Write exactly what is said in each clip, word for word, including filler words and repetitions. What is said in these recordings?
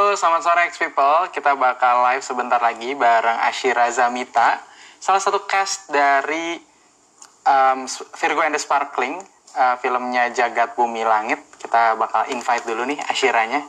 Halo, selamat sore X People. Kita bakal live sebentar lagi bareng Ashira Zamita, salah satu cast dari um, Virgo and the Sparkling, uh, filmnya Jagat Bumi Langit. Kita bakal invite dulu nih Ashiranya.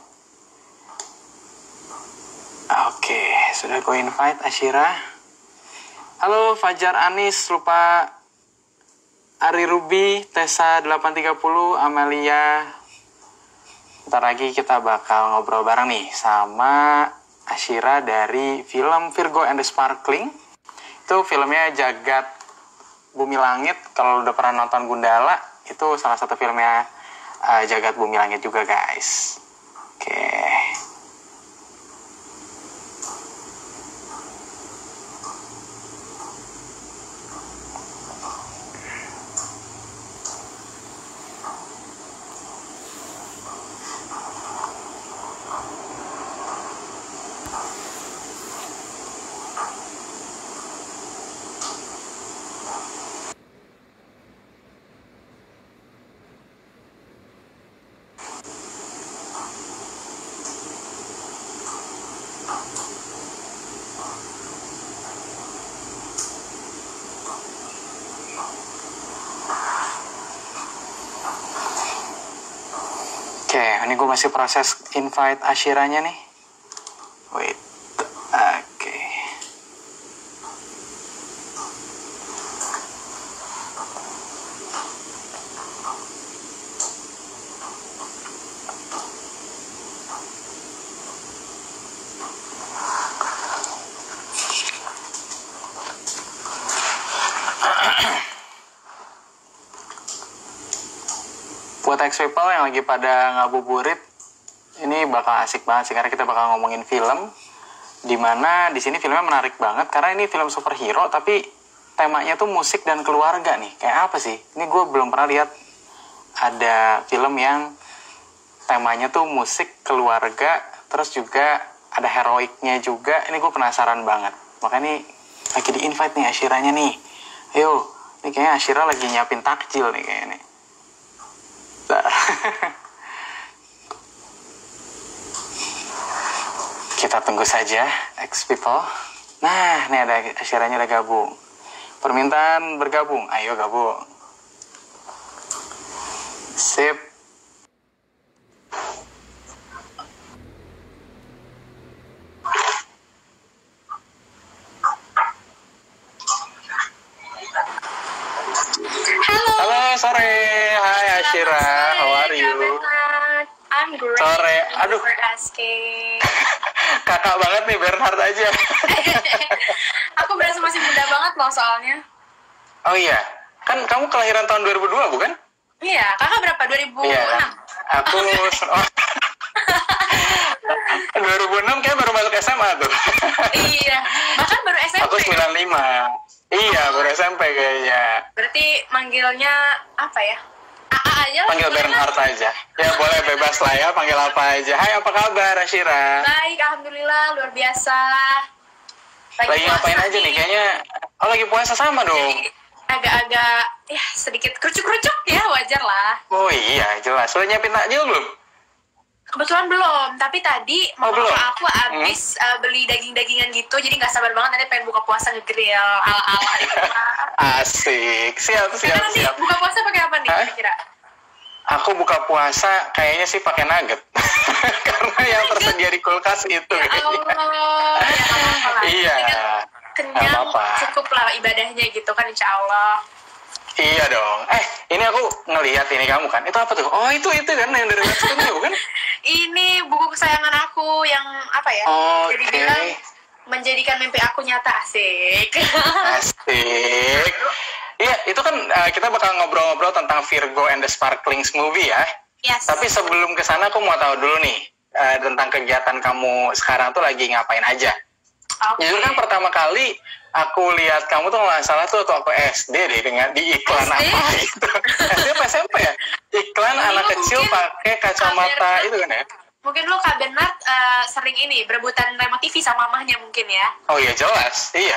Oke, sudah gue invite Ashira. Halo Fajar Anis, lupa Ari Ruby, Tessa delapan tiga nol, Amalia. Ntar lagi kita bakal ngobrol bareng nih sama Ashira dari film Virgo and the Sparkling. Itu filmnya Jagat Bumi Langit. Kalau udah pernah nonton Gundala, itu salah satu filmnya uh, Jagat Bumi Langit juga guys. Oke. Oke, ini gue masih proses invite Ashiranya nih. Wait, oke. Buat X People yang lagi pada ngabuburit, ini bakal asik banget sih karena kita bakal ngomongin film, dimana di sini filmnya menarik banget karena ini film superhero tapi temanya tuh musik dan keluarga nih. Kayak apa sih? Ini gue belum pernah lihat ada film yang temanya tuh musik, keluarga, terus juga ada heroiknya juga. Ini gue penasaran banget. Makanya nih lagi di invite nih Ashiranya nih. Ayo, ini kayaknya Ashira lagi nyiapin takjil nih kayaknya nih. Kita tunggu saja X People. Nah, ini ada Ashiranya udah gabung. Permintaan bergabung, ayo gabung. Sip. Halo. Halo, sore. Hai Ashira, how are you? I'm great. Sore. Aduh. For asking. Kakak banget nih Bernhard aja. Aku berasa masih muda banget loh soalnya. Oh iya, kan kamu kelahiran tahun dua ribu dua bukan? Iya, kakak berapa? dua ribu enam? Iya. Aku oh. dua ribu enam kayak baru masuk S M A tuh. Iya, bahkan baru S M P. Aku sembilan puluh lima. Iya, baru S M P kayaknya. Berarti manggilnya apa ya? A A aja lah. Panggil Bernhard aja. Ya boleh bebas lah ya, panggil apa aja. Hai, apa kabar Ashira? Baik, alhamdulillah, luar biasa. Lagi, lagi ngapain aja nih? Kayaknya oh lagi puasa sama dong. Jadi, agak-agak ya sedikit kerucuk-kerucuk ya, wajar lah. Oh iya, jelas. Sudah nyiapin takjil belum? Kebetulan belum, tapi tadi oh, mama belum? aku abis hmm? uh, beli daging-dagingan gitu, jadi nggak sabar banget nanti pengen buka puasa ngegrill ala-ala di rumah. Asik, siap siap Karena nanti siap. buka puasa pakai apa nih kira-kira? Aku buka puasa kayaknya sih pakai nugget, karena yang tersedia di kulkas itu. Ya Allah, ya Allah. Iya. Kenyang, cukup lah ibadahnya gitu kan, insya Allah. Iya dong. Eh, ini aku ngelihat ini kamu kan. Itu apa tuh? Oh, itu itu kan yang dari Let's Go bukan? Ini buku kesayangan aku yang apa ya? Oke. Jadi bilang menjadikan mimpi aku nyata, asik. Asik. Iya, itu kan uh, kita bakal ngobrol-ngobrol tentang Virgo and the Sparkling movie ya. Yes. Tapi sebelum ke sana aku mau tahu dulu nih uh, tentang kegiatan kamu sekarang tuh lagi ngapain aja. Okay. Jujur kan pertama kali aku lihat kamu tuh nggak salah tuh waktu aku S D deh dengan di iklan S D? apa gitu. S D apa S M P ya? Iklan Ini anak kecil pakai kacamata itu kan ya? Mungkin lo Kak Bernard uh, sering ini berebutan remote T V sama mamahnya mungkin ya? Oh iya jelas, iya.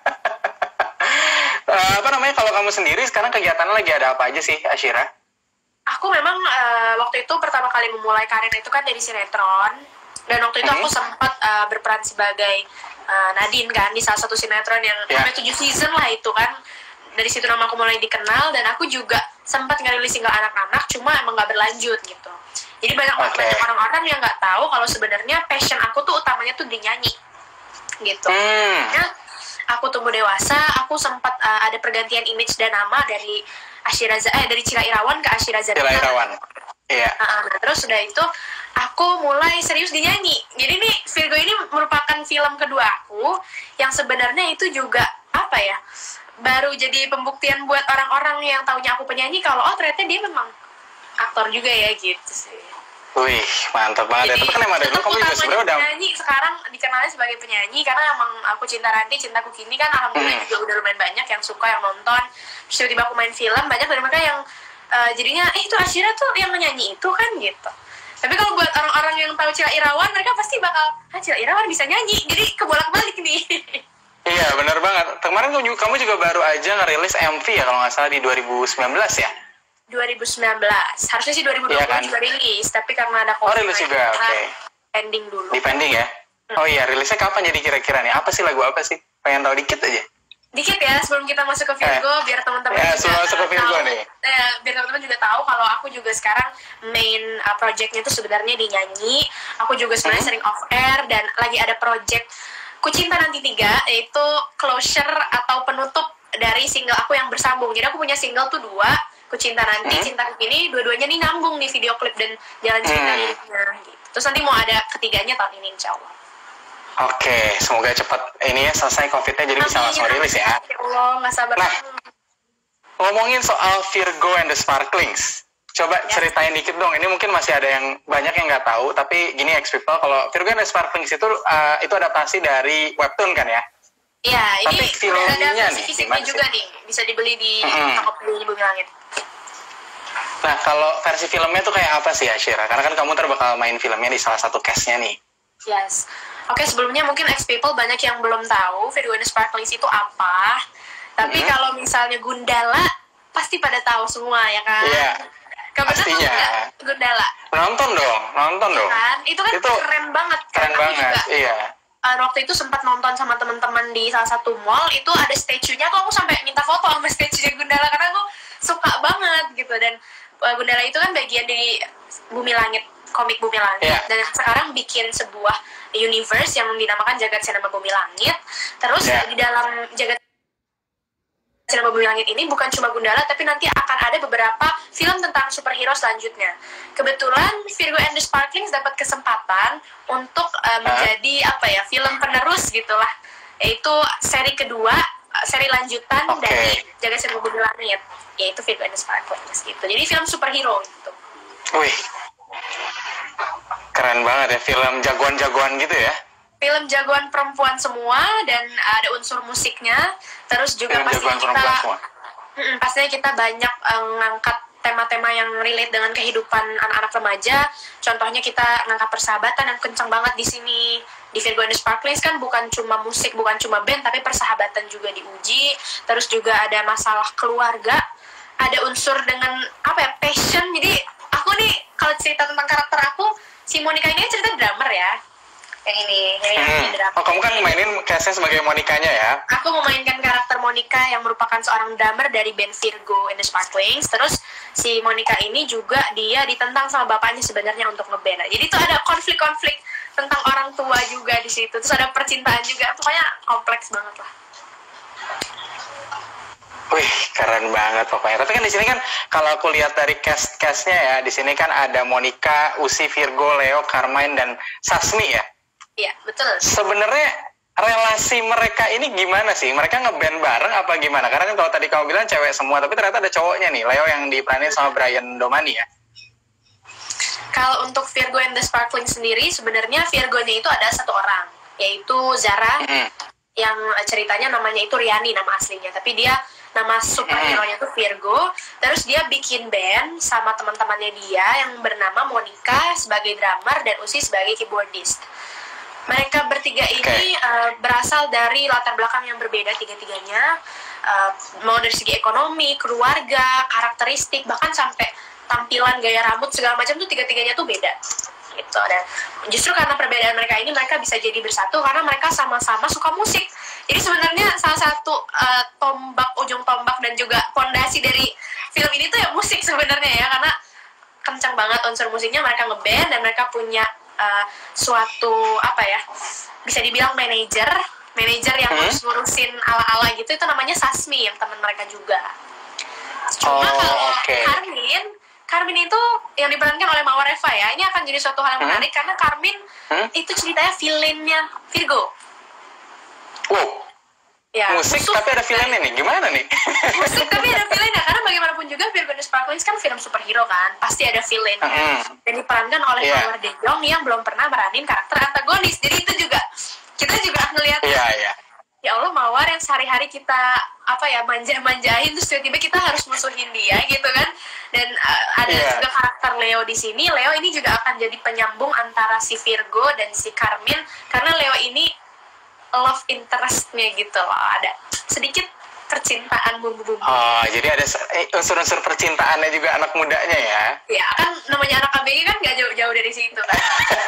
uh, apa namanya kalau kamu sendiri sekarang kegiatannya lagi ada apa aja sih Ashira? aku memang uh, waktu itu pertama kali memulai karir itu kan dari sinetron, dan waktu itu hmm. aku sempat uh, berperan sebagai uh, Nadine kan di salah satu sinetron yang yeah. sampai tujuh season lah itu kan. Dari situ nama aku mulai dikenal, dan aku juga sempat ngerilis single anak-anak, cuma emang nggak berlanjut gitu. Jadi banyak okay. banyak orang-orang yang nggak tahu kalau sebenarnya passion aku tuh utamanya tuh di nyanyi gitu. Hmm. Nah, aku tumbuh dewasa, aku sempat uh, ada pergantian image dan nama dari Asyira eh dari Cila Irawan ke Asyira Zadina. Cila Irawan. Iya. Uh, nah, terus sudah itu aku mulai serius di nyanyi. Jadi nih Virgo ini merupakan film kedua aku yang sebenarnya itu juga apa ya? Baru jadi pembuktian buat orang-orang yang taunya aku penyanyi kalau oh ternyata dia memang aktor juga ya gitu sih. Wih, mantap banget. Jadi, ya. Tapi kan emang dari dulu kamu juga sebenarnya udah penyanyi, sekarang dikenalnya sebagai penyanyi karena emang aku Cinta Ranti, Cintaku Kini kan alhamdulillah hmm. juga udah lumayan banyak yang suka, yang nonton. Terus tiba-tiba aku main film, banyak dari mereka yang uh, jadinya, eh itu Asyira tuh yang menyanyi itu kan gitu. Tapi kalau buat orang-orang yang tahu Cila Irawan, mereka pasti bakal, ah Cila Irawan bisa nyanyi, jadi kebolak-balik nih. Iya, benar banget. Kemarin kamu juga baru aja ngerilis M V ya kalau nggak salah di dua ribu sembilan belas ya? dua ribu sembilan belas. Harusnya sih dua ribu dua puluh iya kan? Juga rilis, tapi karena ada COVID. Oh, rilis juga, oke. Okay. Pending dulu. Di pending ya? Hmm. Oh iya, rilisnya kapan jadi kira-kira nih? Apa sih lagu apa sih? Pengen tahu dikit aja. Dikit ya, sebelum kita masuk ke Virgo, eh. biar teman-teman ya, juga masuk ke Virgo tahu, nih. Eh, biar teman-teman juga tahu kalau aku juga sekarang main uh, projectnya itu sebenarnya di nyanyi. Aku juga sebenarnya hmm. sering off air dan lagi ada project Ku Cinta Nanti Tiga, yaitu closure atau penutup dari single aku yang bersambung. Jadi aku punya single tuh dua, Ku Cinta Nanti, hmm? Cintaku Kini, dua-duanya nih nambung nih video klip dan jalan ceritanya. Hmm. Gitu. Terus nanti mau ada ketiganya tahun ini insya Allah. Oke, semoga cepat ini ya selesai COVID-nya jadi bisa langsung rilis ya. Ya Allah, nggak sabar. Nah, ngomongin soal Virgo and the Sparklings. Coba ya. Ceritain dikit dong, ini mungkin masih ada yang banyak yang nggak tahu, tapi gini ex people, kalau Virgo and the Sparklings itu uh, itu adaptasi dari webtoon kan ya? Iya, ini filmnya ada versi fisiknya juga nih, bisa dibeli di mm-hmm. toko beli Bumi Langit. Nah, kalau versi filmnya tuh kayak apa sih Asyira? Karena kan kamu ntar bakal main filmnya di salah satu cast-nya nih. Yes. Oke, sebelumnya mungkin ex people banyak yang belum tahu Virgo and the Sparklings itu apa. Tapi mm-hmm. kalau misalnya Gundala, pasti pada tahu semua ya kan? Iya. Yeah. Pastinya. Gundala. Nonton dong, nonton dong. Kan? Itu kan itu keren banget. Keren kan? banget, juga, iya. Uh, waktu itu sempat nonton sama teman-teman di salah satu mall, itu ada statue-nya, kok aku sampai minta foto sama statue-nya Gundala karena aku suka banget gitu. Dan uh, Gundala itu kan bagian dari Bumi Langit, komik Bumi Langit, yeah. dan sekarang bikin sebuah universe yang dinamakan Jagat Cinema Bumi Langit. Terus yeah. di dalam Jagat Cinema Bumi Langit ini bukan cuma Gundala, tapi nanti akan ada beberapa film tentang superhero selanjutnya. Kebetulan Virgo and the Sparklings dapat kesempatan untuk uh, menjadi apa ya, film penerus gitulah, yaitu seri kedua, uh, seri lanjutan okay. dari Jagat Cinema Bumi Langit, yaitu Virgo and the Sparklings gitu. Jadi film superhero gitu. Wih, keren banget ya, film jagoan-jagoan gitu ya. Film jagoan perempuan semua dan ada unsur musiknya. Terus juga film pastinya kita mm, pastinya kita banyak uh, ngangkat tema-tema yang relate dengan kehidupan anak-anak remaja. Contohnya kita ngangkat persahabatan yang kencang banget di sini. Di Virgo and the Sparklings kan bukan cuma musik, bukan cuma band, tapi persahabatan juga diuji. Terus juga ada masalah keluarga, ada unsur dengan apa ya, passion. Jadi aku nih kalau cerita tentang karakter aku, si Monica ini cerita drummer ya. Yang ini, yang hmm. ini drummer. Oh, kamu kan mainin cast-nya sebagai Monicanya ya? Aku memainkan karakter Monica yang merupakan seorang drummer dari band Virgo and the Sparklings. Terus si Monica ini juga dia ditentang sama bapaknya sebenarnya untuk ngeband. Jadi itu ada konflik-konflik tentang orang tua juga di situ. Terus ada percintaan juga. Pokoknya kompleks banget lah. Wih, keren banget pokoknya. Tapi kan di sini kan kalau aku lihat dari cast-castnya ya, di sini kan ada Monica, Usi, Virgo, Leo, Carmine, dan Sasmi ya? Iya, betul. Sebenarnya relasi mereka ini gimana sih? Mereka ngeband bareng apa gimana? Karena kan kalau tadi kamu bilang cewek semua, tapi ternyata ada cowoknya nih, Leo yang diperanin sama Brian Domani ya? Kalau untuk Virgo and the Sparkling sendiri, sebenarnya Virgonya itu ada satu orang, yaitu Zara, mm-hmm. yang ceritanya namanya itu Riani nama aslinya, tapi dia nama superhero-nya itu Virgo. Terus dia bikin band sama teman-temannya dia yang bernama Monica sebagai drummer dan Usi sebagai keyboardist. Mereka bertiga ini okay. uh, berasal dari latar belakang yang berbeda tiga-tiganya, uh, mau dari segi ekonomi, keluarga, karakteristik, bahkan sampai tampilan, gaya rambut segala macam tuh tiga-tiganya tuh beda gitu. Dan justru karena perbedaan mereka ini mereka bisa jadi bersatu karena mereka sama-sama suka musik. Jadi sebenarnya salah satu uh, tombak, ujung tombak dan juga fondasi dari film ini tuh ya musik sebenarnya ya, karena kencang banget unsur musiknya, mereka ngeband dan mereka punya uh, suatu apa ya, bisa dibilang manajer manajer yang hmm? harus ngurusin ala-ala gitu, itu namanya Sasmi yang teman mereka juga. Cuma oh, kalau okay. Carmin Carmin itu yang diperankan oleh Mawar Eva ya, ini akan jadi suatu hal yang hmm? menarik karena Carmin hmm? itu ceritanya villainnya Virgo. Wow. Ya, musik musuh, tapi ada villainnya nih, gimana nih? Musik tapi ada villainnya, karena bagaimanapun juga Virgo and the Sparklings kan film superhero kan, pasti ada villainnya. Mm-hmm. Dan diperankan oleh yeah. Howard De Jong yang belum pernah meranin karakter antagonis. Jadi itu juga, kita juga ngelihat, yeah, yeah. ya Allah Mawar yang sehari-hari kita apa ya manja-manjain, terus tiba-tiba kita harus musuhin dia gitu kan. Dan uh, ada yeah. juga karakter Leo di sini. Leo ini juga akan jadi penyambung antara si Virgo dan si Carmin, karena Leo ini love interest-nya gitu loh, ada sedikit percintaan bumbu-bumbu. Oh, jadi ada unsur-unsur percintaannya juga anak mudanya ya? Ya kan namanya anak K B G kan gak jauh-jauh dari situ kan.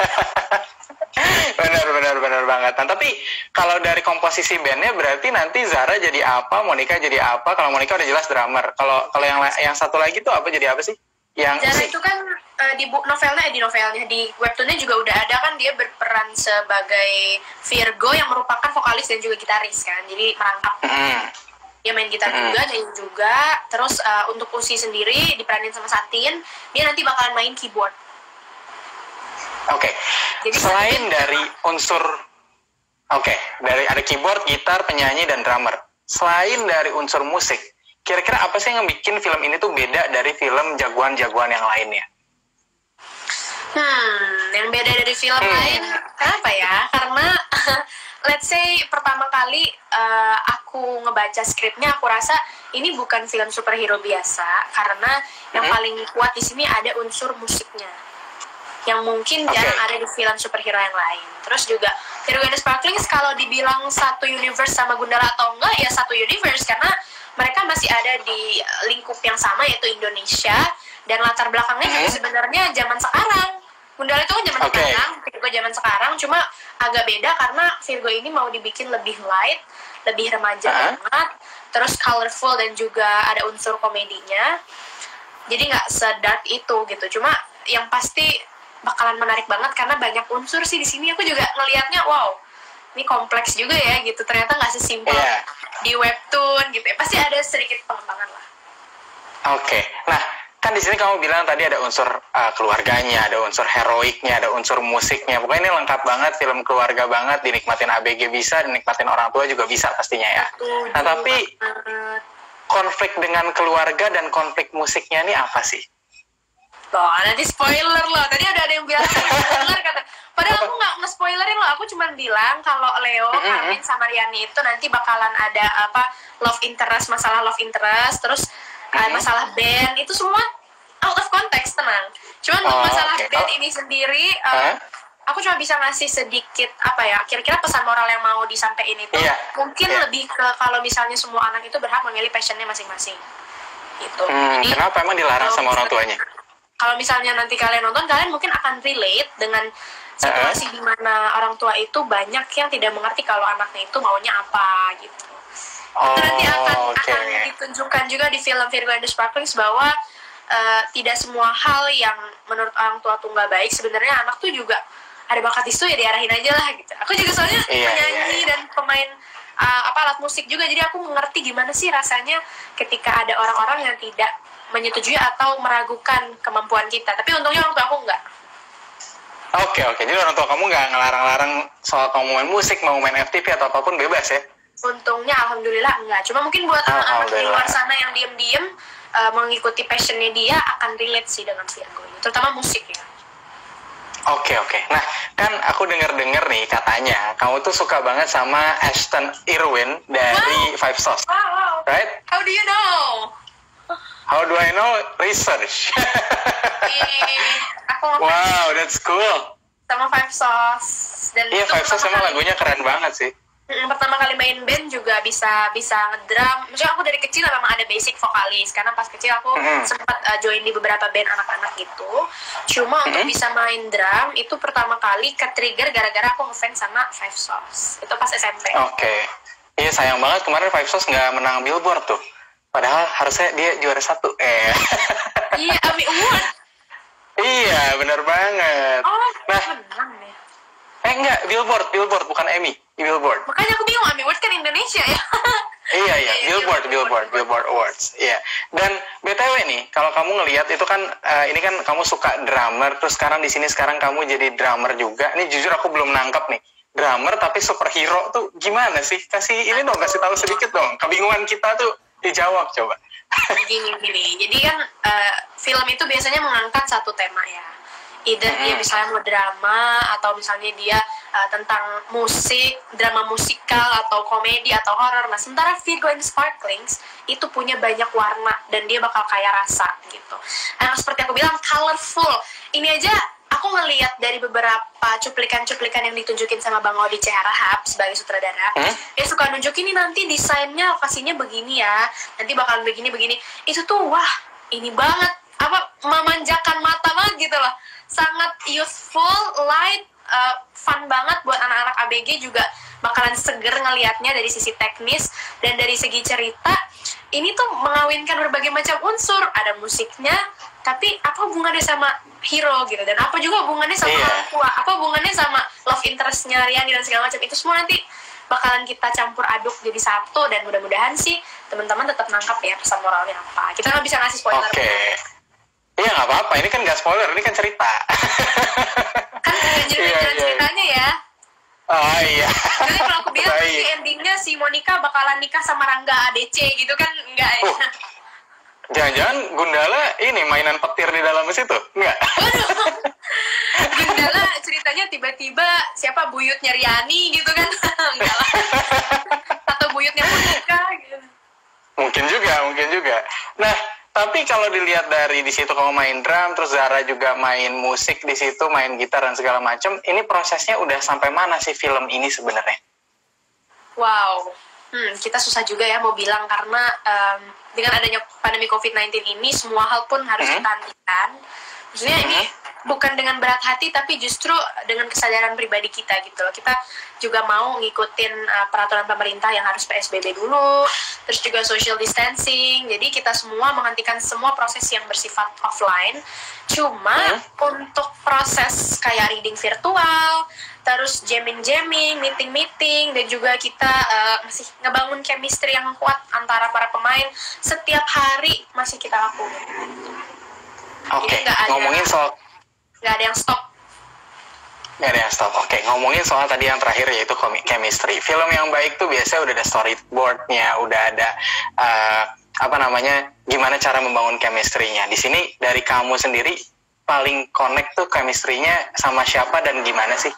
benar benar benar banget. Nah, tapi kalau dari komposisi bandnya berarti nanti Zara jadi apa, Monica jadi apa? Kalau Monica udah jelas drummer. Kalau kalau yang yang satu lagi tuh apa, jadi apa sih? Yang Zara itu kan uh, di bu- novelnya eh, di novelnya di webtoonnya juga udah ada kan, dia berperan sebagai Virgo yang merupakan vokalis dan juga gitaris kan, jadi merangkap. Mm. Dia main gitar mm. juga, nyanyi juga. Terus uh, untuk Usi sendiri diperanin sama Satin, dia nanti bakalan main keyboard. Oke. Okay. Selain Satin, dari unsur, oke, okay, dari ada keyboard, gitar, penyanyi dan drummer. Selain dari unsur musik, kira-kira apa sih yang bikin film ini tuh beda dari film jagoan-jagoan yang lainnya? Hmm, yang beda dari film hmm. lain, kenapa ya? Karena let's say pertama kali uh, aku ngebaca skripnya, aku rasa ini bukan film superhero biasa, karena yang hmm. paling kuat di sini ada unsur musiknya, yang mungkin okay. jarang ada di film superhero yang lain. Terus juga Virgo and the Sparklings kalau dibilang satu universe sama Gundala atau enggak, ya satu universe, karena mereka masih ada di lingkup yang sama, yaitu Indonesia, dan latar belakangnya hmm. juga sebenarnya zaman sekarang. Gundala itu kan zaman okay. sekarang, Virgo zaman sekarang, cuma agak beda karena Virgo ini mau dibikin lebih light, lebih remaja uh-huh. banget, terus colorful dan juga ada unsur komedinya. Jadi nggak sedark itu gitu. Cuma yang pasti bakalan menarik banget karena banyak unsur sih di sini. Aku juga ngelihatnya, wow, ini kompleks juga ya gitu. Ternyata nggak sesimpel yeah. di webtoon gitu ya. Pasti ada sedikit pengembangan lah. Oke, okay. Nah kan di sini kamu bilang tadi ada unsur uh, keluarganya, ada unsur heroiknya, ada unsur musiknya. Pokoknya ini lengkap banget, film keluarga banget, dinikmatin A B G bisa, dinikmatin orang tua juga bisa pastinya ya. Betul, nah tapi banget. Konflik dengan keluarga dan konflik musiknya ini apa sih? Loh, nanti spoiler loh. Tadi ada ada yang bilang spoiler kata. Padahal aku nggak nge-spoilerin loh. Aku cuma bilang kalau Leo, mm-hmm. Carmin sama Riani itu nanti bakalan ada apa love interest, masalah love interest, terus mm-hmm. uh, masalah band itu semua out of context, tenang. Cuman untuk oh, masalah okay. band oh. ini sendiri, uh, huh? aku cuma bisa ngasih sedikit apa ya, kira-kira pesan moral yang mau disampaikan itu yeah. mungkin yeah. lebih ke kalau misalnya semua anak itu berhak memilih passionnya masing-masing. Gitu. Hmm, Jadi, kenapa emang dilarang sama orang tuanya? Kalau misalnya nanti kalian nonton, kalian mungkin akan relate dengan situasi uh-huh. di mana orang tua itu banyak yang tidak mengerti kalau anaknya itu maunya apa gitu. Oh, itu nanti akan okay. akan ditunjukkan juga di film Virgo and the Sparklings bahwa uh, tidak semua hal yang menurut orang tua tuh nggak baik, sebenarnya anak tuh juga ada bakat di situ, ya diarahin aja lah gitu. Aku juga soalnya yeah, penyanyi yeah, yeah. dan pemain uh, apa alat musik juga, jadi aku mengerti gimana sih rasanya ketika ada orang-orang yang tidak menyetujui atau meragukan kemampuan kita. Tapi untungnya orang tua aku enggak. Oke, oke. Jadi orang tua kamu nggak ngelarang-larang soal kamu main musik, mau main F T V atau apapun, bebas ya? Untungnya alhamdulillah enggak. Cuma mungkin buat anak-anak di luar sana yang diem-diem uh, mengikuti passionnya dia akan relate sih dengan Virgo ini, terutama musik ya. Oke, oke. Nah, kan aku dengar-dengar nih katanya kamu tuh suka banget sama Ashton Irwin dari wow. Five Sauce. Wow, wow. Right? How do you know? How do I know? Research. Aku wow, that's cool. Sama Five Sauce. Dan iya, Five Sauce emang lagunya keren banget sih. Mm, pertama kali main band juga bisa bisa ngedrum. Maksudnya aku dari kecil memang ada basic vokalis karena pas kecil aku Mm-hmm. sempat uh, join di beberapa band anak-anak gitu. Cuma Mm-hmm. untuk bisa main drum itu pertama kali ke trigger gara-gara aku ngefans sama Five Sauce. Itu pas S M P. Oke. Okay. Iya sayang banget kemarin Five Sauce nggak menang Billboard tuh. Padahal harusnya dia juara satu. Eh. Iya, AMI Award. Iya, benar banget. Oh, nah, menang ya. Eh enggak, Billboard, Billboard bukan Emmy, Billboard. Makanya aku bingung, AMI Award kan Indonesia ya. Iya, iya, Billboard, Billboard, Billboard Awards. Iya. Dan B T W nih, kalau kamu ngelihat itu kan uh, ini kan kamu suka drummer, terus sekarang di sini sekarang kamu jadi drummer juga. Ini jujur aku belum nangkep nih. Drummer tapi superhero tuh gimana sih? Kasih ini dong, kasih tahu sedikit dong. Kebingungan kita tuh dijawab coba. Gini gini. Jadi kan uh, film itu biasanya mengangkat satu tema ya. Either dia misalnya mau drama atau misalnya dia uh, tentang musik, drama musikal atau komedi atau horor. Nah, sementara Virgo and Sparklings itu punya banyak warna dan dia bakal kaya rasa gitu. Nah, seperti aku bilang colorful. Ini aja aku ngelihat dari beberapa cuplikan-cuplikan yang ditunjukin sama Bang Odi C. Harahap sebagai sutradara. Hmm? Dia suka nunjukin ini nanti desainnya lokasinya begini ya, nanti bakalan begini-begini. Itu tuh wah, ini banget apa memanjakan mata banget gitu loh. Sangat youthful, light, uh, fun banget buat anak-anak A B G juga bakalan seger ngelihatnya dari sisi teknis dan dari segi cerita. Ini tuh mengawinkan berbagai macam unsur, ada musiknya, tapi apa hubungannya sama hero gitu, dan apa juga hubungannya sama yeah. orang tua, apa hubungannya sama love interest-nya Riani dan segala macam. Itu semua nanti bakalan kita campur aduk jadi satu, dan mudah-mudahan sih teman-teman tetap nangkap ya pesan moralnya apa. Kita nggak bisa ngasih spoiler. Oke. Okay. Iya nggak apa-apa, ini kan nggak spoiler, ini kan cerita. Kan nggak jadi yeah, yeah. ceritanya ya. Oh iya. Jadi kalau aku bilang nanti endingnya si Monica bakalan nikah sama Rangga A D C gitu kan, enggak ya? Uh, jangan-jangan Gundala ini mainan petir di dalam situ? Enggak? Gundala ceritanya tiba-tiba siapa buyutnya Riani gitu kan? Enggak lah. Atau buyutnya Monica gitu. Mungkin juga, mungkin juga. Nah, tapi kalau dilihat dari di situ kamu main drum, terus Zara juga main musik di situ, main gitar dan segala macam. Ini prosesnya udah sampai mana sih film ini sebenarnya? Wow, hmm, kita susah juga ya mau bilang karena um, dengan adanya pandemi covid sembilan belas ini semua hal pun harus hmm. kita hentikan. Maksudnya hmm. ini bukan dengan berat hati tapi justru dengan kesadaran pribadi kita gitu loh. Kita juga mau ngikutin uh, peraturan pemerintah yang harus P S B B dulu, terus juga social distancing. Jadi kita semua menghentikan semua proses yang bersifat offline. Cuma hmm. untuk proses kayak reading virtual, terus jamming-jamming, meeting-meeting, dan juga kita uh, masih ngebangun chemistry yang kuat antara para pemain setiap hari masih kita lakukan. Oke, okay. ngomongin soal nggak ada yang stop. Nggak ada yang stop. Oke, okay. ngomongin soal tadi yang terakhir yaitu chemistry. Film yang baik tuh biasanya udah ada storyboardnya, udah ada uh, apa namanya, gimana cara membangun chemistry-nya. Di sini dari kamu sendiri paling connect tuh chemistry-nya sama siapa dan gimana sih?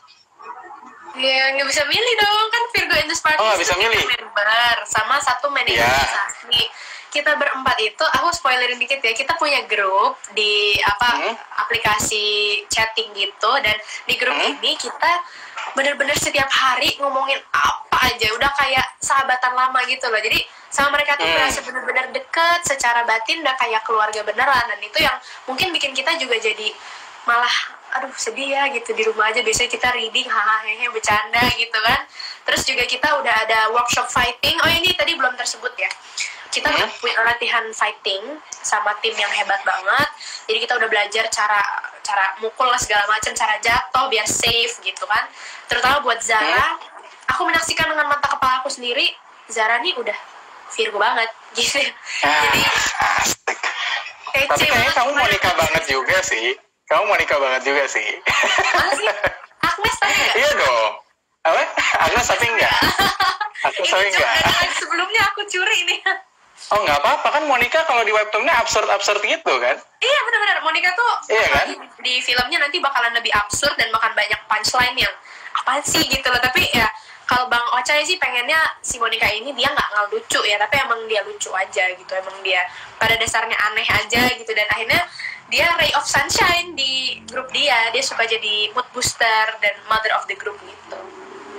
Ya nggak bisa milih dong, kan Virgo and the Sparklings. Oh nggak bisa milih. Member sama satu manajer organisasi. Yeah. Kita berempat itu, aku spoilerin dikit ya, kita punya grup di apa hmm? aplikasi chatting gitu, dan di grup hmm? ini kita bener-bener setiap hari ngomongin apa aja, udah kayak sahabatan lama gitu loh. Jadi sama mereka tuh hmm. berasa bener-bener deket secara batin, udah kayak keluarga beneran, dan itu yang mungkin bikin kita juga jadi malah aduh sedih ya gitu di rumah aja. Biasanya kita reading hahaha hehe bercanda gitu kan. Terus juga kita udah ada workshop fighting. Oh ini tadi belum tersebut ya, kita udah punya latihan fighting sama tim yang hebat banget. Jadi kita udah belajar cara cara mukul lah segala macam, cara jatuh biar safe gitu kan. Terutama buat Zara, aku menyaksikan dengan mata kepala aku sendiri, Zara nih udah Virgo banget gitu. Jadi asik. Tapi kayaknya kamu mau nikah banget juga sih. Kamu mau nikah banget juga sih. Mana sih? Agnes tapi enggak? Iya dong. Apa? Agnes tapi enggak. Agnes tapi enggak. Sebelumnya aku curi nih. Oh nggak apa-apa kan, Monica kalau di webtoonnya absurd-absurd gitu kan? Iya benar-benar, Monica tuh iya kan? di, di filmnya nanti bakalan lebih absurd dan makan banyak punchline yang apaan sih gitu loh. Tapi ya kalau Bang Ocha sih pengennya si Monica ini dia nggak nggak lucu ya, tapi emang dia lucu aja gitu. Emang dia pada dasarnya aneh aja gitu, dan akhirnya dia ray of sunshine di grup dia. Dia suka jadi mood booster dan mother of the group gitu.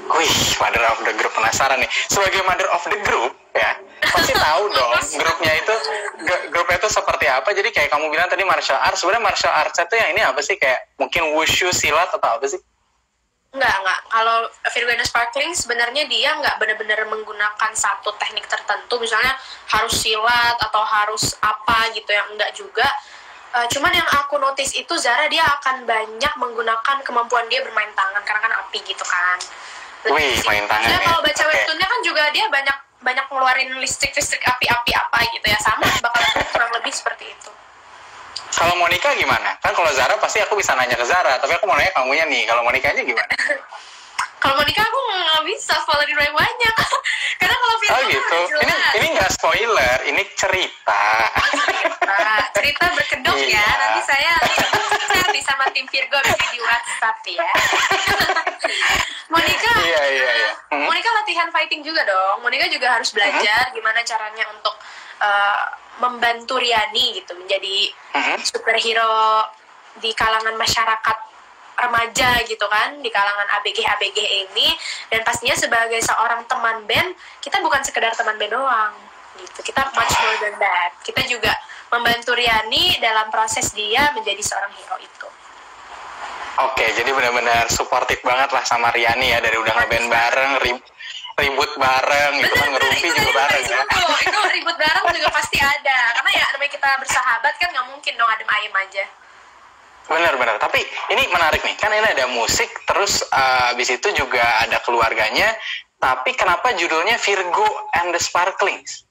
Wih, mother of the group, penasaran nih. Sebagai mother of the group, ya, pasti tahu dong grupnya itu, g- grupnya itu seperti apa. Jadi kayak kamu bilang tadi martial arts, sebenarnya martial arts itu yang ini apa sih? Kayak mungkin wushu, silat, atau apa sih? Enggak, enggak. Kalau Virgo and the Sparkling sebenarnya dia nggak benar-benar menggunakan satu teknik tertentu, misalnya harus silat atau harus apa gitu, yang enggak juga. Uh, cuman yang aku notice itu Zara dia akan banyak menggunakan kemampuan dia bermain tangan, karena kan api gitu kan. Wih, main tangan ya. Kalau baca okay. webtoonnya kan juga dia banyak banyak ngeluarin listrik-listrik api-api apa gitu ya, sama bakal kurang lebih seperti itu. Kalau Monica gimana? Kan kalau Zara pasti aku bisa nanya ke Zara, tapi aku mau nanya kamunya nih. Kalau Monica aja gimana? Kalau Monica aku nggak bisa spoilerin banyak. Karena kalau film oh gitu. Ini ini nggak spoiler, ini cerita. Cerita, cerita berkedok iya. ya. Nanti saya share nih sama tim Virgo di WhatsApp ya. Monica, iya, iya, iya. Hmm? Monica latihan fighting juga dong. Monica juga harus belajar hmm? gimana caranya untuk uh, membantu Riani gitu menjadi hmm? superhero di kalangan masyarakat remaja gitu kan, di kalangan A B G A B G ini. Dan pastinya sebagai seorang teman band, kita bukan sekedar teman band doang gitu, kita much more than that. Kita juga membantu Riani dalam proses dia menjadi seorang hero itu. Oke, jadi benar-benar suportif banget lah sama Riani ya, dari udah ngeband bareng, rib- ribut bareng gitu kan, ngerumpi juga bareng ya. Itu ribut bareng juga pasti ada, karena ya namanya kita bersahabat kan, nggak mungkin dong adem ayem aja. Benar-benar, tapi ini menarik nih, kan ini ada musik, terus uh, abis itu juga ada keluarganya, tapi kenapa judulnya Virgo and the Sparklings?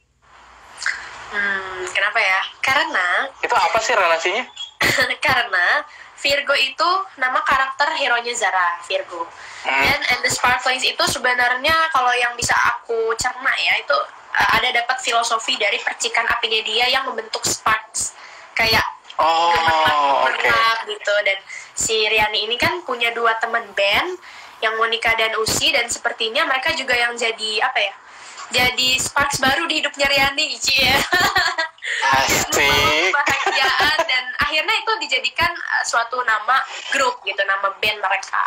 Hmm, kenapa ya? Karena... Itu apa sih relasinya? Karena Virgo itu nama karakter hero-nya Zara, Virgo. Hmm. Dan and the Sparklings itu sebenarnya kalau yang bisa aku cerna ya, itu uh, ada dapat filosofi dari percikan apinya dia yang membentuk sparks. Kayak oh, oke. Okay. Gitu. Dan si Riani ini kan punya dua teman band, yang Monica dan Usi, dan sepertinya mereka juga yang jadi apa ya? Jadi sparks baru di hidupnya Riani, cie. Asik. Kebahagiaan, dan akhirnya itu dijadikan uh, suatu nama grup gitu, nama band mereka.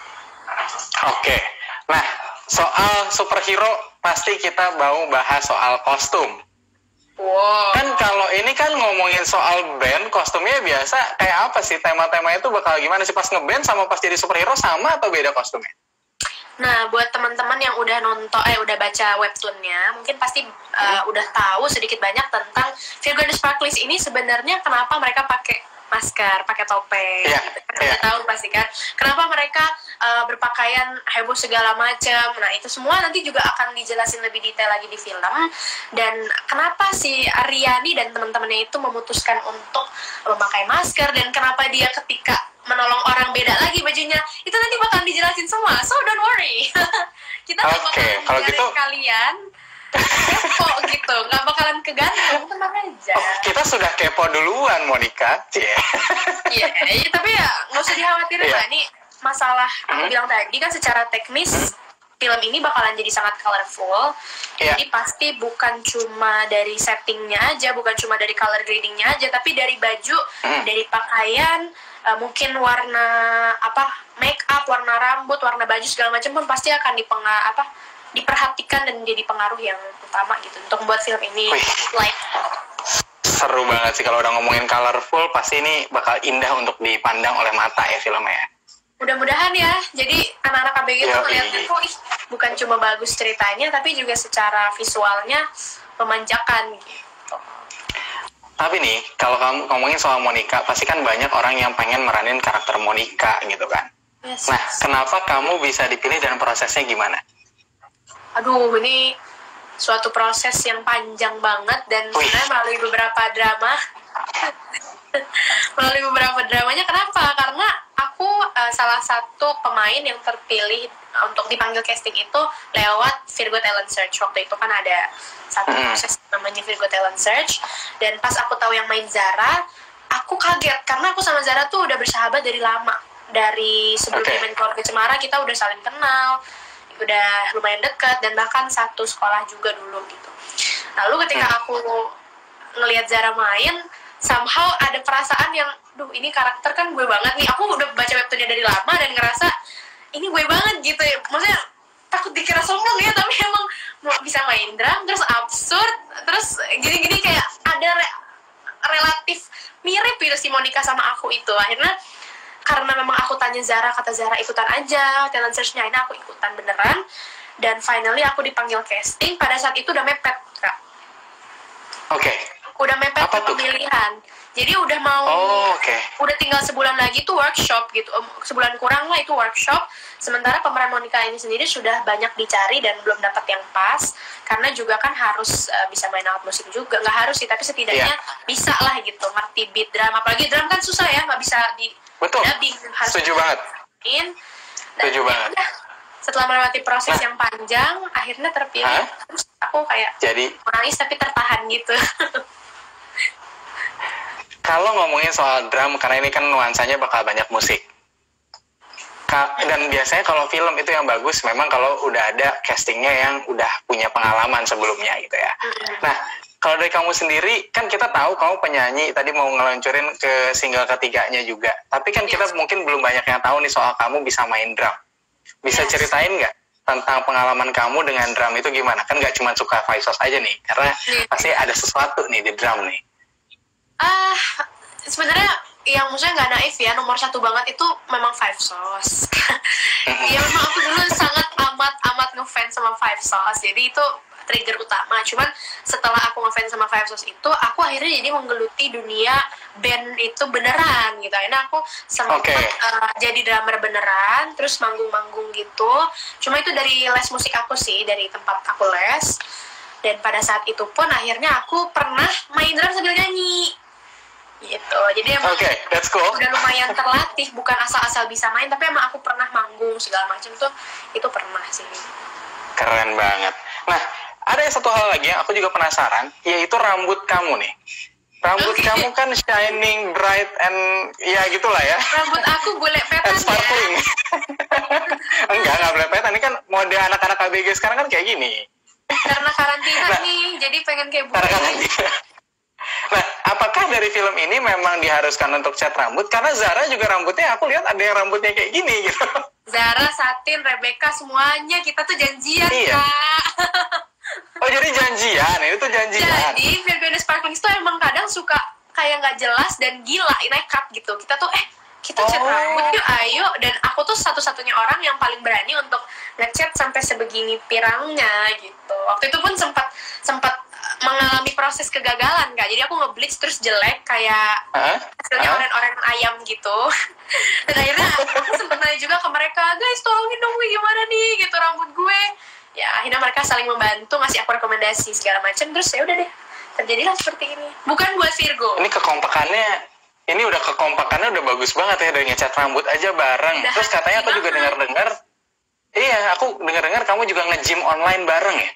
Oke. Okay. Nah, soal superhero pasti kita mau bahas soal kostum. Wow. Kan kalau ini kan ngomongin soal band, kostumnya biasa kayak apa sih? Tema-tema itu bakal gimana sih pas ngeband sama pas jadi superhero, sama atau beda kostumnya? Nah, buat teman-teman yang udah nonton, eh udah baca webtoonnya, mungkin pasti uh, udah tahu sedikit banyak tentang Virgo and the Sparklings ini sebenarnya kenapa mereka pakai masker, pakai topeng. Yeah, gitu. yeah. Udah tahu pasti kan. Kenapa mereka uh, berpakaian heboh segala macam. Nah, itu semua nanti juga akan dijelasin lebih detail lagi di film. Dan kenapa si Riani dan teman-temannya itu memutuskan untuk memakai masker, dan kenapa dia ketika menolong orang beda lagi bajunya, itu nanti bakalan dijelasin semua, so don't worry. Kita nggak okay, bakalan gitu, kalian kepo gitu, nggak bakalan kegantung, tenang aja. Oh, kita sudah kepo duluan, Monica. Iya, yeah. yeah, tapi ya nggak usah dikhawatirin yeah. lah. Ini masalah aku hmm? bilang tadi kan, secara teknis film ini bakalan jadi sangat colorful. Yeah. Jadi pasti bukan cuma dari settingnya aja, bukan cuma dari color gradingnya aja, tapi dari baju, hmm. dari pakaian, uh, mungkin warna apa, make up, warna rambut, warna baju segala macam pun pasti akan dipenga apa diperhatikan dan jadi pengaruh yang utama gitu untuk membuat film ini. Wih. Like seru banget sih kalau udah ngomongin colorful, pasti ini bakal indah untuk dipandang oleh mata ya filmnya ya. Mudah-mudahan ya, jadi anak-anak A B G itu melihatnya kok ih, bukan cuma bagus ceritanya, tapi juga secara visualnya memanjakan gitu. Tapi nih, kalau kamu ngomongin soal Monica, pasti kan banyak orang yang pengen meranin karakter Monica gitu kan. Yes, nah, yes. Kenapa kamu bisa dipilih dan prosesnya gimana? Aduh, ini suatu proses yang panjang banget, dan sebenarnya melalui beberapa drama. melalui beberapa dramanya, kenapa? Karena aku uh, salah satu pemain yang terpilih untuk dipanggil casting itu lewat Virgo Talent Search. Waktu itu kan ada satu proses namanya Virgo Talent Search, dan pas aku tahu yang main Zara, aku kaget karena aku sama Zara tuh udah bersahabat dari lama. Dari sebelum okay. main Keluarga Cemara kita udah saling kenal, udah lumayan dekat, dan bahkan satu sekolah juga dulu gitu. Lalu ketika aku ngelihat Zara main, somehow ada perasaan yang, duh ini karakter kan gue banget nih. Aku udah baca webtoonnya dari lama dan ngerasa ini gue banget gitu ya, maksudnya takut dikira sombong ya, tapi emang bisa main drum, terus absurd, terus gini-gini kayak ada re- relatif mirip gitu si Monica sama aku itu. Akhirnya karena memang aku tanya Zara, kata Zara ikutan aja talent search-nya, ini aku ikutan beneran, dan finally aku dipanggil casting. Pada saat itu udah mepet Kak. Oke. Okay. Udah mepet Apa tuh? pemilihan. Jadi udah mau, oh, okay. udah tinggal sebulan lagi tuh workshop gitu, sebulan kurang lah itu workshop. Sementara pemeran Monica ini sendiri sudah banyak dicari dan belum dapat yang pas, karena juga kan harus uh, bisa main alat musik juga, nggak harus sih, tapi setidaknya yeah. bisa lah gitu, ngerti beat drum, apalagi drum kan susah ya, nggak bisa di betul, dubbing, harus setuju banget, setuju banget. Udah, setelah melewati proses nah. yang panjang, akhirnya terpilih. Hah? Terus aku kayak jadi menangis tapi tertahan gitu. Kalau ngomongin soal drum, karena ini kan nuansanya bakal banyak musik. Ka- dan biasanya kalau film itu yang bagus, memang kalau udah ada castingnya yang udah punya pengalaman sebelumnya gitu ya. Nah, kalau dari kamu sendiri, kan kita tahu kamu penyanyi, tadi mau ngeluncurin ke single ketiganya juga. Tapi kan kita yes. mungkin belum banyak yang tahu nih soal kamu bisa main drum. Bisa yes. ceritain nggak tentang pengalaman kamu dengan drum itu gimana? Kan nggak cuma suka Visos aja nih, karena yes. pasti ada sesuatu nih di drum nih. Ah, uh, sebenarnya yang maksudnya nggak naif ya, nomor satu banget itu memang Five Sauce. Ya memang aku dulu sangat amat amat ngefans sama Five Sauce, jadi itu trigger utama. Cuman setelah aku ngefans sama Five Sauce itu, aku akhirnya jadi menggeluti dunia band itu beneran gitu. Akhirnya aku sempat okay. uh, jadi drummer beneran, terus manggung-manggung gitu. Cuma itu dari les musik aku sih, dari tempat aku les. Dan pada saat itu pun akhirnya aku pernah main drum sambil nyanyi. Gitu, jadi emang okay, that's cool. udah lumayan terlatih, bukan asal-asal bisa main, tapi emang aku pernah manggung segala macam tuh, itu pernah sih. Keren banget. Nah, ada satu hal lagi yang aku juga penasaran, yaitu rambut kamu nih. Rambut okay. kamu kan shining, bright, and ya gitulah ya. Rambut aku boleh petan ya. Enggak, enggak boleh petan. Ini kan mode anak-anak A B G sekarang kan kayak gini. Karena karantina nah, nih, jadi pengen kayak karena karantina. Nah, apakah dari film ini memang diharuskan untuk cat rambut? Karena Zara juga rambutnya, aku lihat ada yang rambutnya kayak gini gitu. Zara, Satin, Rebecca, semuanya kita tuh janjian, iya. Kak. Oh, jadi janjian? Itu janjian? Jadi, Virgo and Sparklings tuh emang kadang suka kayak nggak jelas dan gila, nekat gitu. Kita tuh, eh, kita cat oh. rambut yuk, ayo. Dan aku tuh satu-satunya orang yang paling berani untuk ngecat sampai sebegini pirangnya gitu. Waktu itu pun sempat sempat mengalami proses kegagalan, Kak. Jadi aku nge-bleach terus jelek kayak huh? hasilnya huh? oren-oren ayam gitu. Dan akhirnya aku sempat nanya juga ke mereka, guys tolongin dong gue gimana nih gitu rambut gue. Ya akhirnya mereka saling membantu, ngasih aku rekomendasi segala macam, terus ya udah deh terjadilah seperti ini. Bukan buat Virgo. Ini kekompakannya, ini udah kekompakannya udah bagus banget ya, dari ngecat rambut aja bareng. Udah, terus katanya aku juga dengar-dengar, iya aku dengar-dengar kamu juga nge-gym online bareng ya.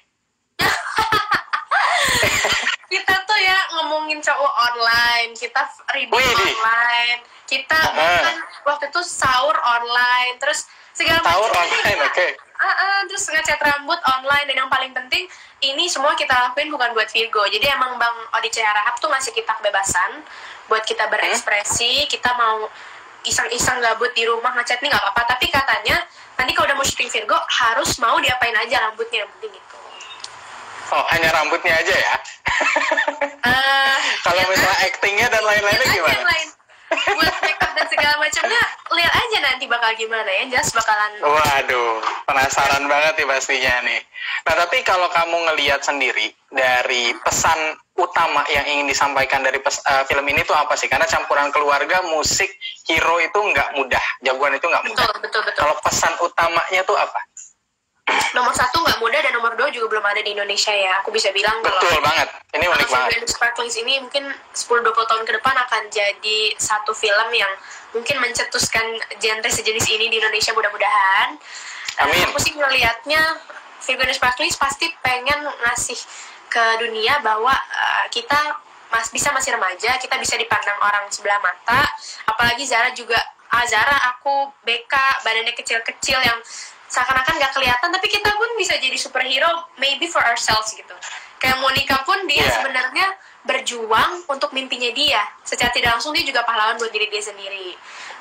Kita tuh ya ngomongin cowok online, kita reading online, kita uh-huh. bahkan waktu itu sahur online, terus segala macam. Sahur online, oke. Okay. Uh-uh, terus ngecat rambut online, dan yang paling penting ini semua kita lakuin bukan buat Virgo. Jadi emang Bang Odi C. Harahap tuh ngasih kita kebebasan buat kita berekspresi, hmm? kita mau iseng-iseng gabut di rumah ngecat nih nggak apa-apa, tapi katanya nanti kalau udah mau syuting Virgo harus mau diapain aja rambutnya, yang penting gitu. Oh, hanya rambutnya aja ya? Uh, Kalau ya misalnya kan? Actingnya dan lain-lainnya gimana? Lain. Buat makeup dan segala macamnya, lihat aja nanti bakal gimana ya, jelas bakalan. Waduh, penasaran banget nih pastinya nih. Nah, tapi kalau kamu ngelihat sendiri dari pesan utama yang ingin disampaikan dari pes, uh, film ini tuh apa sih? Karena campuran keluarga, musik, hero itu nggak mudah, jagoan itu nggak mudah. Betul, betul, betul. Kalau pesan utamanya tuh apa? Nomor satu nggak mudah, dan nomor dua juga belum ada di Indonesia ya. Aku bisa bilang betul kalau banget, ini unik banget. Virgo and Sparklings ini mungkin sepuluh sampai dua puluh tahun ke depan akan jadi satu film yang mungkin mencetuskan genre sejenis ini di Indonesia, mudah-mudahan. Amin. Aku sih ngelihatnya Virgo and Sparklings pasti pengen ngasih ke dunia bahwa uh, kita mas bisa masih remaja, kita bisa dipandang orang sebelah mata. Apalagi Zara juga, ah Zara, aku B K, badannya kecil-kecil yang seakan-akan gak kelihatan, tapi kita pun bisa jadi superhero maybe for ourselves gitu. Kayak Monica pun dia yeah. sebenarnya berjuang untuk mimpinya dia. Secara tidak langsung dia juga pahlawan buat diri dia sendiri.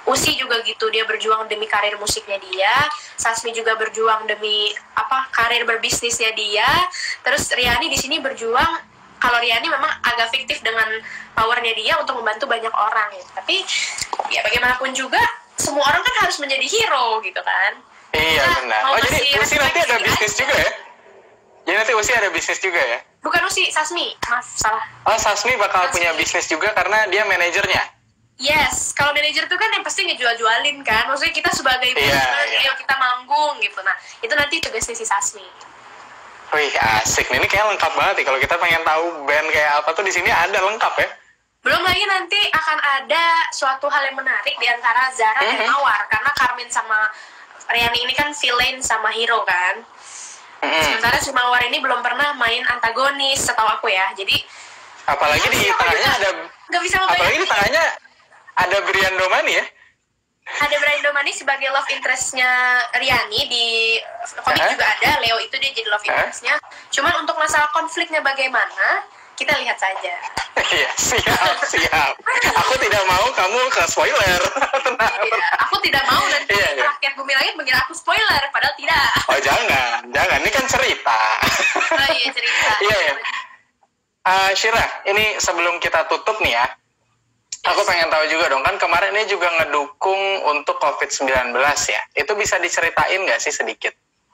Usi juga gitu, dia berjuang demi karir musiknya dia. Sasmi juga berjuang demi apa karir berbisnisnya dia. Terus Riani di sini berjuang, kalau Riani memang agak fiktif dengan powernya dia untuk membantu banyak orang gitu. Tapi ya bagaimanapun juga semua orang kan harus menjadi hero gitu kan. Iya Nah, benar. mau Oh jadi ngasih Usi nanti ada refleksi bisnis aja. juga ya? Jadi nanti Usi ada bisnis juga ya? Bukan Usi, Sasmi. Maaf, salah. Oh Sasmi bakal Sasmi. punya bisnis juga karena dia manajernya. Yes, kalau manajer tuh kan yang pasti ngejual-jualin kan. Maksudnya kita sebagai Iya, booster, iya. ayo kita manggung gitu. Nah, itu nanti tugasnya si Sasmi. Wih asik nih, ini kayak lengkap banget nih. Kalau kita pengen tahu band kayak apa tuh di sini ada lengkap ya. Belum lagi nanti akan ada suatu hal yang menarik di antara Zara dan Mhm. Mawar. Karena Carmen sama Riani ini kan villain sama hero kan. Mm-mm. Sementara si Mawar ini belum pernah main antagonis setahu aku ya. Jadi Apalagi di aku tengahnya juga ada, nggak bisa apalagi di membayangkan. tengahnya ada Brian Domani ya. Ada Brian Domani sebagai love interest-nya Riani di komik Uh-huh. juga ada. Leo itu dia jadi love Uh-huh. interest-nya. Cuman untuk masalah konfliknya bagaimana, kita lihat saja. Iya siap siap. Aku tidak mau kamu ke spoiler. Tenang. Iya, aku tidak mau nanti Iya, iya. rakyat Bumi Langit mengira aku spoiler, padahal tidak. Oh jangan jangan, ini kan cerita. Oh iya cerita. Iya ya. Uh, Syira, ini sebelum kita tutup nih ya, aku pengen tahu juga dong, kan kemarin ini juga ngedukung untuk covid sembilan belas ya. Itu bisa diceritain nggak sih sedikit?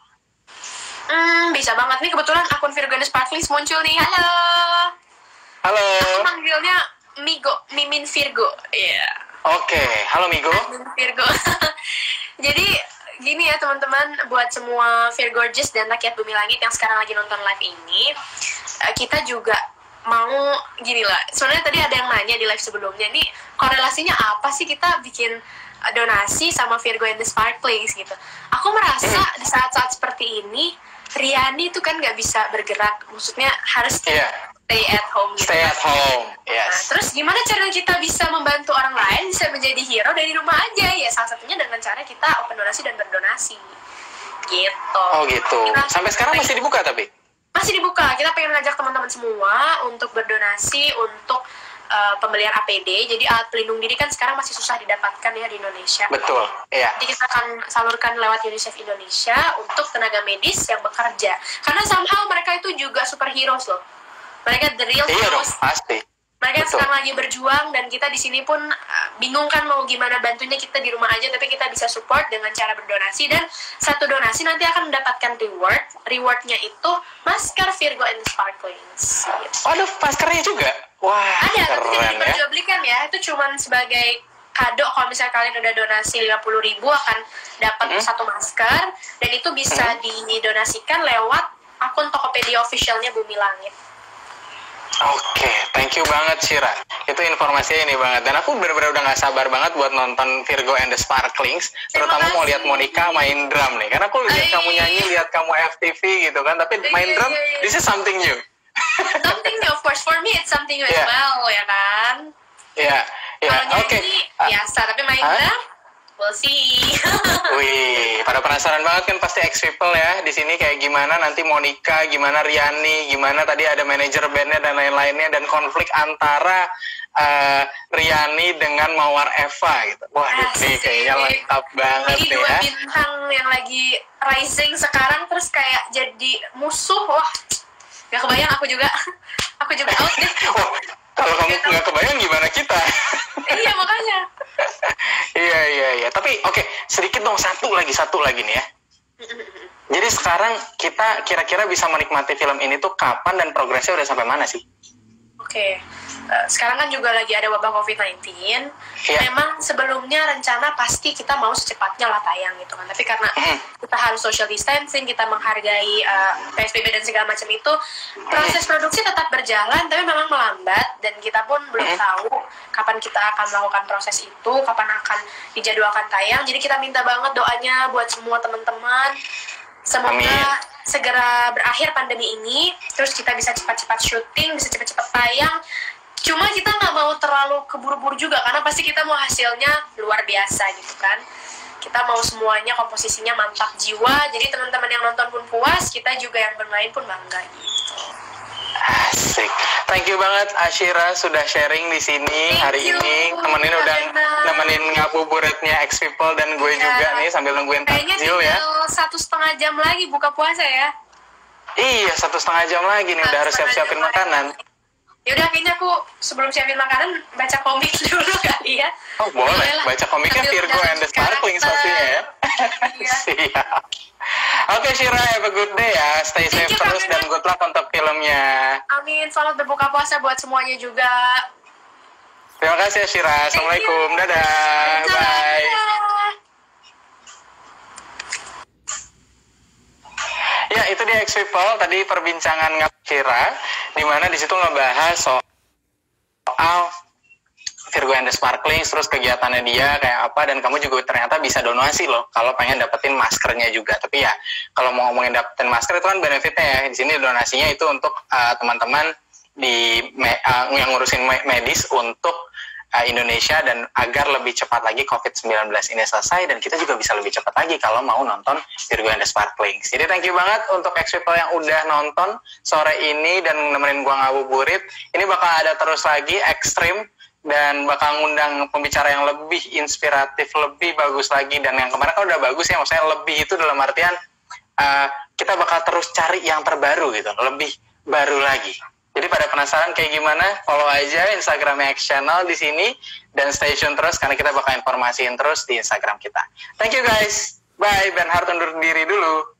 Hmm, bisa banget nih, kebetulan akun Virgo Sparklings muncul nih. Halo. Halo. Aku manggilnya Migo, Mimin Virgo. Iya. Oke, halo Migo. Mimin Virgo. Jadi gini ya teman-teman, buat semua Virgorges dan rakyat Bumi Langit yang sekarang lagi nonton live ini, eh, kita juga mau gini lah. Sebenarnya tadi ada yang nanya di live sebelumnya, nih korelasinya apa sih kita bikin eh, donasi sama Virgo and the Sparklings gitu. Aku merasa di saat-saat seperti ini Riani tuh kan nggak bisa bergerak, maksudnya harus Iya. stay at home gitu. Stay at home. Nah, Yes. terus gimana cara kita bisa membantu orang lain bisa menjadi hero dari rumah aja? Ya salah satunya dengan cara kita open donasi dan berdonasi. Gitu. Oh gitu. Kita Sampai sekarang pengen- masih dibuka tapi? masih dibuka. Kita pengen ngajak teman-teman semua untuk berdonasi untuk uh, pembelian A P D. Jadi alat pelindung diri kan sekarang masih susah didapatkan ya di Indonesia. Betul. Iya. Jadi kita akan salurkan lewat UNICEF Indonesia untuk tenaga medis yang bekerja. Karena somehow mereka itu juga superheroes loh. Mereka the real Iya dong, heroes. pasti. Mereka Betul. sekarang lagi berjuang dan kita di sini pun uh, bingung kan mau gimana bantunya, kita di rumah aja tapi kita bisa support dengan cara berdonasi, dan satu donasi nanti akan mendapatkan reward. Rewardnya itu masker Virgo and Sparklings. Gitu. Oh, ada maskernya juga? Wah, Ada, tapi tidak keren ya. diperjualbelikan ya. Itu cuman sebagai kado. Kalau misalnya kalian udah donasi lima puluh ribu akan dapat Hmm. satu masker, dan itu bisa Hmm. didonasikan lewat akun Tokopedia officialnya Bumi Langit. Oke, thank you banget Syira. Itu informasinya ini banget. Dan aku benar-benar udah gak sabar banget buat nonton Virgo and the Sparklings. Terima Terutama mau kasih. lihat Monica main drum nih. Karena aku lihat Ay. kamu nyanyi, lihat kamu F T V gitu kan. Tapi Iya, main iya, drum, iya, iya. this is something new. Something new, of course. For me, it's something new as Yeah. well, ya kan? Iya, iya, Kalau oke. nyanyi Ah, biasa, tapi main Hah? drum, we'll see. Wih, pada penasaran banget kan pasti X People ya di sini kayak gimana nanti Monica, gimana Riani, gimana tadi ada manajer bandnya dan lain-lainnya, dan konflik antara eh, Riani dengan Mawar Eva gitu. Wah, ini Asik. kayaknya lengkap banget Jadi nih dua ya. bintang yang lagi rising sekarang terus kayak jadi musuh. Wah, gak kebayang aku juga. Aku juga out deh. Wah, kalau kamu nggak kebayang gimana kita? Iya, makanya. Iya iya iya. Tapi oke, sedikit dong, satu lagi satu lagi nih ya. Jadi sekarang kita kira-kira bisa menikmati film ini tuh kapan dan progresnya udah sampai mana sih? Oke, eh, sekarang kan juga lagi ada wabah covid sembilan belas. Iya. Memang sebelumnya rencana pasti kita mau secepatnya lah tayang gitu kan. Tapi karena Hmm. kita harus social distancing, kita menghargai eh, P S B B dan segala macam itu, proses produksi tetap berjalan tapi memang melambat, dan kita pun belum Hmm. tahu kapan kita akan melakukan proses itu, kapan akan dijadwalkan tayang. Jadi kita minta banget doanya buat semua teman-teman. Semoga Amin. segera berakhir pandemi ini, terus kita bisa cepat-cepat syuting, bisa cepat-cepat tayang. Cuma kita nggak mau terlalu keburu-buru juga, karena pasti kita mau hasilnya luar biasa gitu kan. Kita mau semuanya komposisinya mantap jiwa, jadi teman-teman yang nonton pun puas, kita juga yang bermain pun bangga gitu. Asik. Thank you banget Ashira sudah sharing di sini Thank hari you. ini. Temenin udah Karena- nemenin ngabuburitnya X People dan gue Iya. juga nih sambil nungguin Kayaknya takjil ya. tinggal satu setengah jam lagi buka puasa ya. Iya, satu setengah jam lagi nih udah harus Satu setengah siap-siapin jam makanan. lagi. Yaudah kayaknya aku sebelum siapin makanan baca komik dulu kali ya. Oh boleh, Boleh lah. baca komiknya Sambil Virgo and the Sparkling karakter. pastinya ya. Iya. Siap. Oke Shira, have a good day ya. Stay Thank safe you, terus Kak dan good luck untuk filmnya. Amin, selamat berbuka puasa buat semuanya juga. Terima kasih ya Shira. Assalamualaikum. Dadah. Bye. Dadah. Ya, itu dia X People tadi perbincangan Shira di mana di situ ngebahas soal Virgo and the Sparkling, terus kegiatannya dia kayak apa, dan kamu juga ternyata bisa donasi loh kalau pengen dapetin maskernya juga. Tapi ya kalau mau ngomongin dapetin masker itu kan benefitnya ya. Di sini donasinya itu untuk uh, teman-teman di me, uh, yang ngurusin medis untuk uh, Indonesia dan agar lebih cepat lagi covid sembilan belas ini selesai, dan kita juga bisa lebih cepat lagi kalau mau nonton Virgo and the Sparkling. Jadi thank you banget untuk X People yang udah nonton sore ini dan nemenin gua ngabuburit. Ini bakal ada terus lagi ekstrim dan bakal ngundang pembicara yang lebih inspiratif, lebih bagus lagi. Dan yang kemarin kan udah bagus ya, maksudnya lebih itu dalam artian uh, kita bakal terus cari yang terbaru gitu, lebih baru lagi. Jadi pada penasaran kayak gimana? Follow aja Instagramnya X Channel di sini dan stay tune terus karena kita bakal informasiin terus di Instagram kita. Thank you guys. Bye. Benhart undur diri dulu.